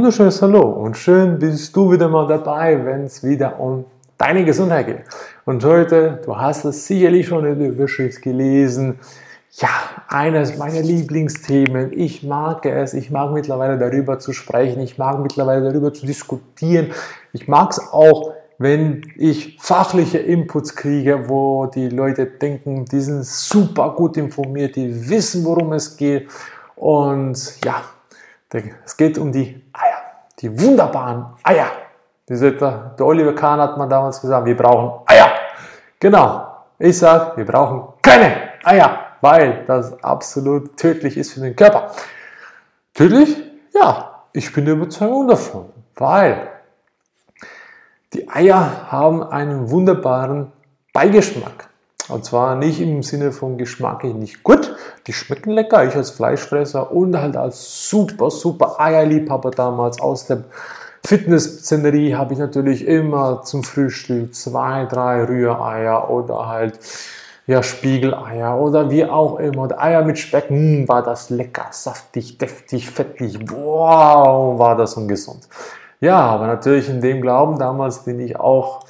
wunderschönes Hallo und schön bist du wieder mal dabei, wenn es wieder um deine Gesundheit geht. Und heute, du hast es sicherlich schon in der Überschrift gelesen, ja, eines meiner Lieblingsthemen. Ich mag mittlerweile darüber zu sprechen, ich mag mittlerweile darüber zu diskutieren. Ich mag es auch, wenn ich fachliche Inputs kriege, wo die Leute denken, die sind super gut informiert, die wissen, worum es geht. Und ja, es geht um die Eier, die wunderbaren Eier. Der Oliver Kahn hat man damals gesagt, wir brauchen Eier. Genau, ich sage, wir brauchen keine Eier, weil das absolut tödlich ist für den Körper. Tödlich? Ja, ich bin der Überzeugung davon, weil die Eier haben einen wunderbaren Beigeschmack. Und zwar nicht im Sinne von Geschmack nicht gut, die schmecken lecker, ich als Fleischfresser und halt als super Eierliebhaber damals aus der Fitnessszenerie habe ich natürlich immer zum Frühstück 2, 3 Rühreier oder halt Spiegeleier oder wie auch immer. Und Eier mit Speck, war das lecker, saftig, deftig, fettig, wow, war das ungesund. Ja, aber natürlich in dem Glauben damals, den ich auch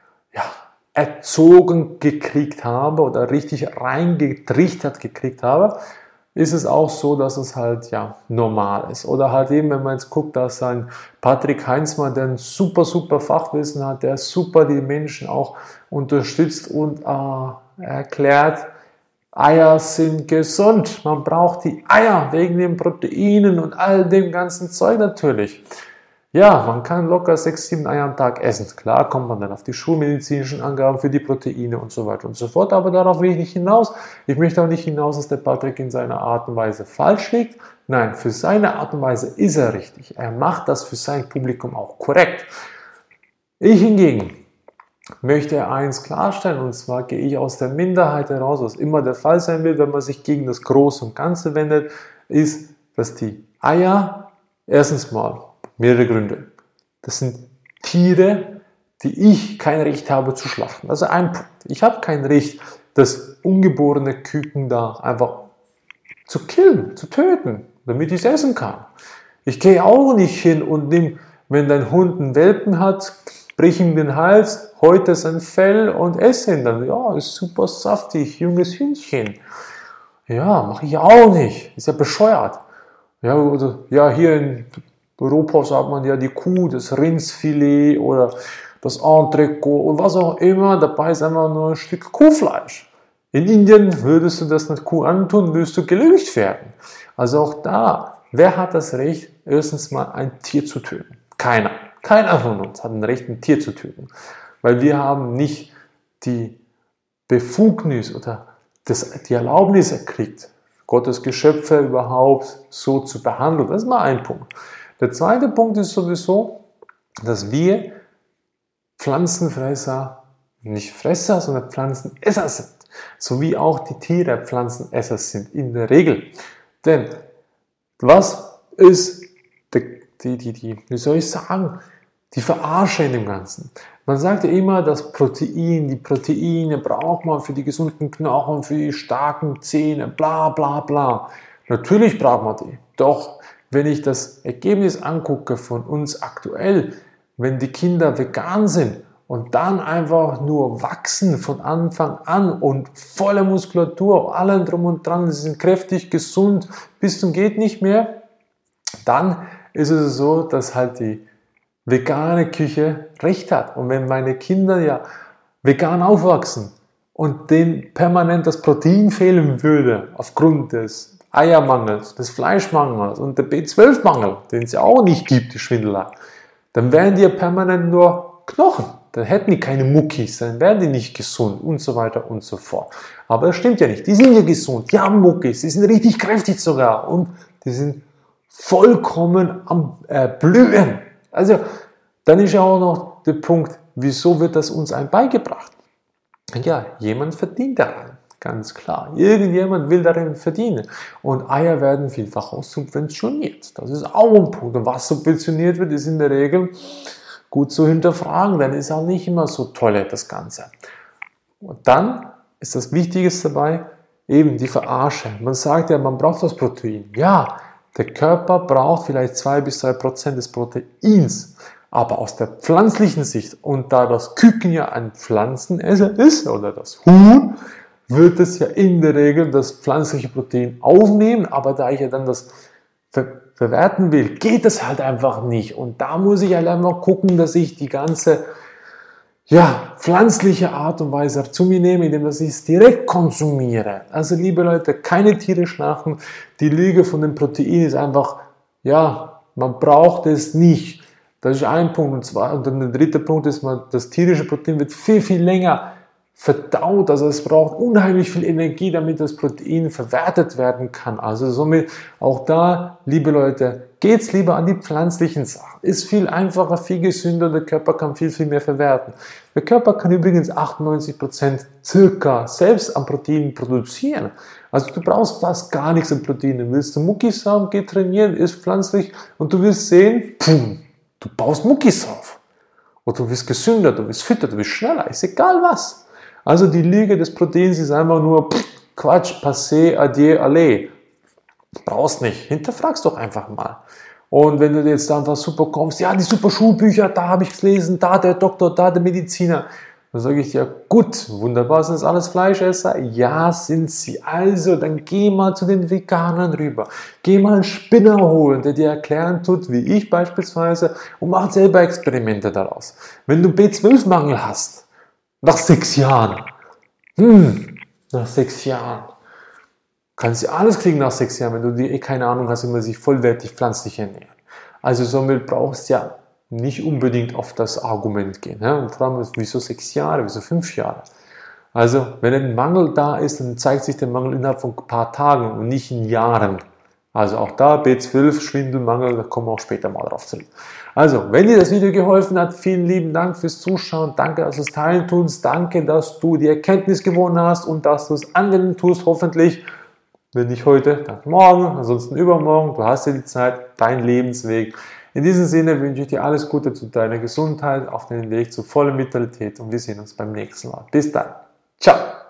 erzogen gekriegt habe oder richtig reingetrichtert gekriegt habe, ist es auch so, dass es halt normal ist. Oder halt eben, wenn man jetzt guckt, dass ein Patrick Heinzmann, der ein super Fachwissen hat, der super die Menschen auch unterstützt und erklärt, Eier sind gesund. Man braucht die Eier wegen den Proteinen und all dem ganzen Zeug natürlich. Ja, man kann locker 6, 7 Eier am Tag essen. Klar kommt man dann auf die schulmedizinischen Angaben für die Proteine und so weiter und so fort, aber darauf will ich nicht hinaus. Ich möchte auch nicht hinaus, dass der Patrick in seiner Art und Weise falsch liegt. Nein, für seine Art und Weise ist er richtig. Er macht das für sein Publikum auch korrekt. Ich hingegen möchte eins klarstellen, und zwar gehe ich aus der Minderheit heraus, was immer der Fall sein wird, wenn man sich gegen das Große und Ganze wendet, ist, dass die Eier erstens mal mehrere Gründe. Das sind Tiere, die ich kein Recht habe zu schlachten. Also ein Punkt. Ich habe kein Recht, das ungeborene Küken da einfach zu killen, zu töten, damit ich es essen kann. Ich gehe auch nicht hin und nimm, wenn dein Hund einen Welpen hat, brich ihm den Hals, häute sein Fell und esse ihn dann. Ja, ist super saftig, junges Hühnchen. Ja, mache ich auch nicht. Ist ja bescheuert. Ja, hier in Europa sagt man ja die Kuh, das Rindsfilet oder das Entrecot und was auch immer. Dabei ist einfach nur ein Stück Kuhfleisch. In Indien würdest du das nicht Kuh antun, würdest du gelüncht werden. Also auch da, wer hat das Recht, erstens mal ein Tier zu töten? Keiner. Keiner von uns hat ein Recht, ein Tier zu töten. Weil wir haben nicht die Befugnis oder die Erlaubnis gekriegt, Gottes Geschöpfe überhaupt so zu behandeln. Das ist mal ein Punkt. Der zweite Punkt ist sowieso, dass wir Pflanzenfresser, nicht Fresser, sondern Pflanzenesser sind. So wie auch die Tiere Pflanzenesser sind, in der Regel. Denn was ist die Verarsche in dem Ganzen? Man sagt ja immer, dass die Proteine braucht man für die gesunden Knochen, für die starken Zähne, bla bla bla. Natürlich braucht man die, doch wenn ich das Ergebnis angucke von uns aktuell, wenn die Kinder vegan sind und dann einfach nur wachsen von Anfang an und volle Muskulatur, allem drum und dran, sie sind kräftig, gesund, bis zum geht nicht mehr, dann ist es so, dass halt die vegane Küche recht hat. Und wenn meine Kinder vegan aufwachsen und denen permanent das Protein fehlen würde, aufgrund des Eiermangels, des Fleischmangels und der B12-Mangel, den es ja auch nicht gibt, die Schwindelei, dann wären die ja permanent nur Knochen. Dann hätten die keine Muckis, dann wären die nicht gesund und so weiter und so fort. Aber das stimmt ja nicht. Die sind ja gesund, die haben Muckis, die sind richtig kräftig sogar und die sind vollkommen am Blühen. Also, dann ist ja auch noch der Punkt, wieso wird das uns beigebracht? Ja, jemand verdient daran. Ganz klar. Irgendjemand will darin verdienen. Und Eier werden vielfach auch subventioniert. Das ist auch ein Punkt. Und was subventioniert wird, ist in der Regel gut zu hinterfragen. Dann ist auch nicht immer so toll, das Ganze. Und dann ist das Wichtigste dabei eben die Verarsche. Man sagt ja, man braucht das Protein. Ja, Der Körper braucht vielleicht 2-3% des Proteins, aber aus der pflanzlichen Sicht, und da das Küken ja ein Pflanzenesser ist, oder das Huhn, wird es ja in der Regel das pflanzliche Protein aufnehmen, aber da ich ja dann das verwerten will, geht es halt einfach nicht. Und da muss ich halt einfach gucken, dass ich die ganze pflanzliche Art und Weise zu mir nehme, indem ich es direkt konsumiere. Also liebe Leute, keine Tiere schlachten. Die Lüge von dem Protein ist einfach, man braucht es nicht. Das ist ein Punkt. Und der dritte Punkt ist, das tierische Protein wird viel, viel länger verdaut. Also es braucht unheimlich viel Energie, damit das Protein verwertet werden kann. Also somit auch da, liebe Leute, geht's lieber an die pflanzlichen Sachen. Ist viel einfacher, viel gesünder, der Körper kann viel, viel mehr verwerten. Der Körper kann übrigens 98% circa selbst an Proteinen produzieren. Also du brauchst fast gar nichts an Proteinen. Willst du Muckis haben, geh trainieren, isst pflanzlich und du wirst sehen, du baust Muckis auf. Und du wirst gesünder, du wirst fitter, du wirst schneller, ist egal was. Also die Lüge des Proteins ist einfach nur Quatsch, passé, adieu, allez. Brauchst nicht, hinterfragst doch einfach mal. Und wenn du jetzt einfach super kommst, die super Schulbücher, da habe ich es gelesen, da der Doktor, da der Mediziner, dann sage ich dir, gut, wunderbar, sind das alles Fleischesser? Ja, sind sie. Also, dann geh mal zu den Veganern rüber. Geh mal einen Spinner holen, der dir erklären tut, wie ich beispielsweise, und mach selber Experimente daraus. Wenn du B12-Mangel hast, nach 6 Jahren, nach 6 Jahren, kannst du alles kriegen nach 6 Jahren, wenn du dir keine Ahnung hast, wie man sich vollwertig pflanzlich ernährt. Also somit brauchst du ja nicht unbedingt auf das Argument gehen. Ja? Und vor allem, wieso 6 Jahre, wieso 5 Jahre? Also wenn ein Mangel da ist, dann zeigt sich der Mangel innerhalb von ein paar Tagen und nicht in Jahren. Also auch da B12, Schwindelmangel, da kommen wir auch später mal drauf zurück. Also, wenn dir das Video geholfen hat, vielen lieben Dank fürs Zuschauen, danke, dass du es teilen tust, danke, dass du die Erkenntnis gewonnen hast und dass du es anwenden tust, hoffentlich. Wenn nicht heute, dann morgen, ansonsten übermorgen. Du hast ja die Zeit, dein Lebensweg. In diesem Sinne wünsche ich dir alles Gute zu deiner Gesundheit, auf deinem Weg zu voller Vitalität und wir sehen uns beim nächsten Mal. Bis dann. Ciao.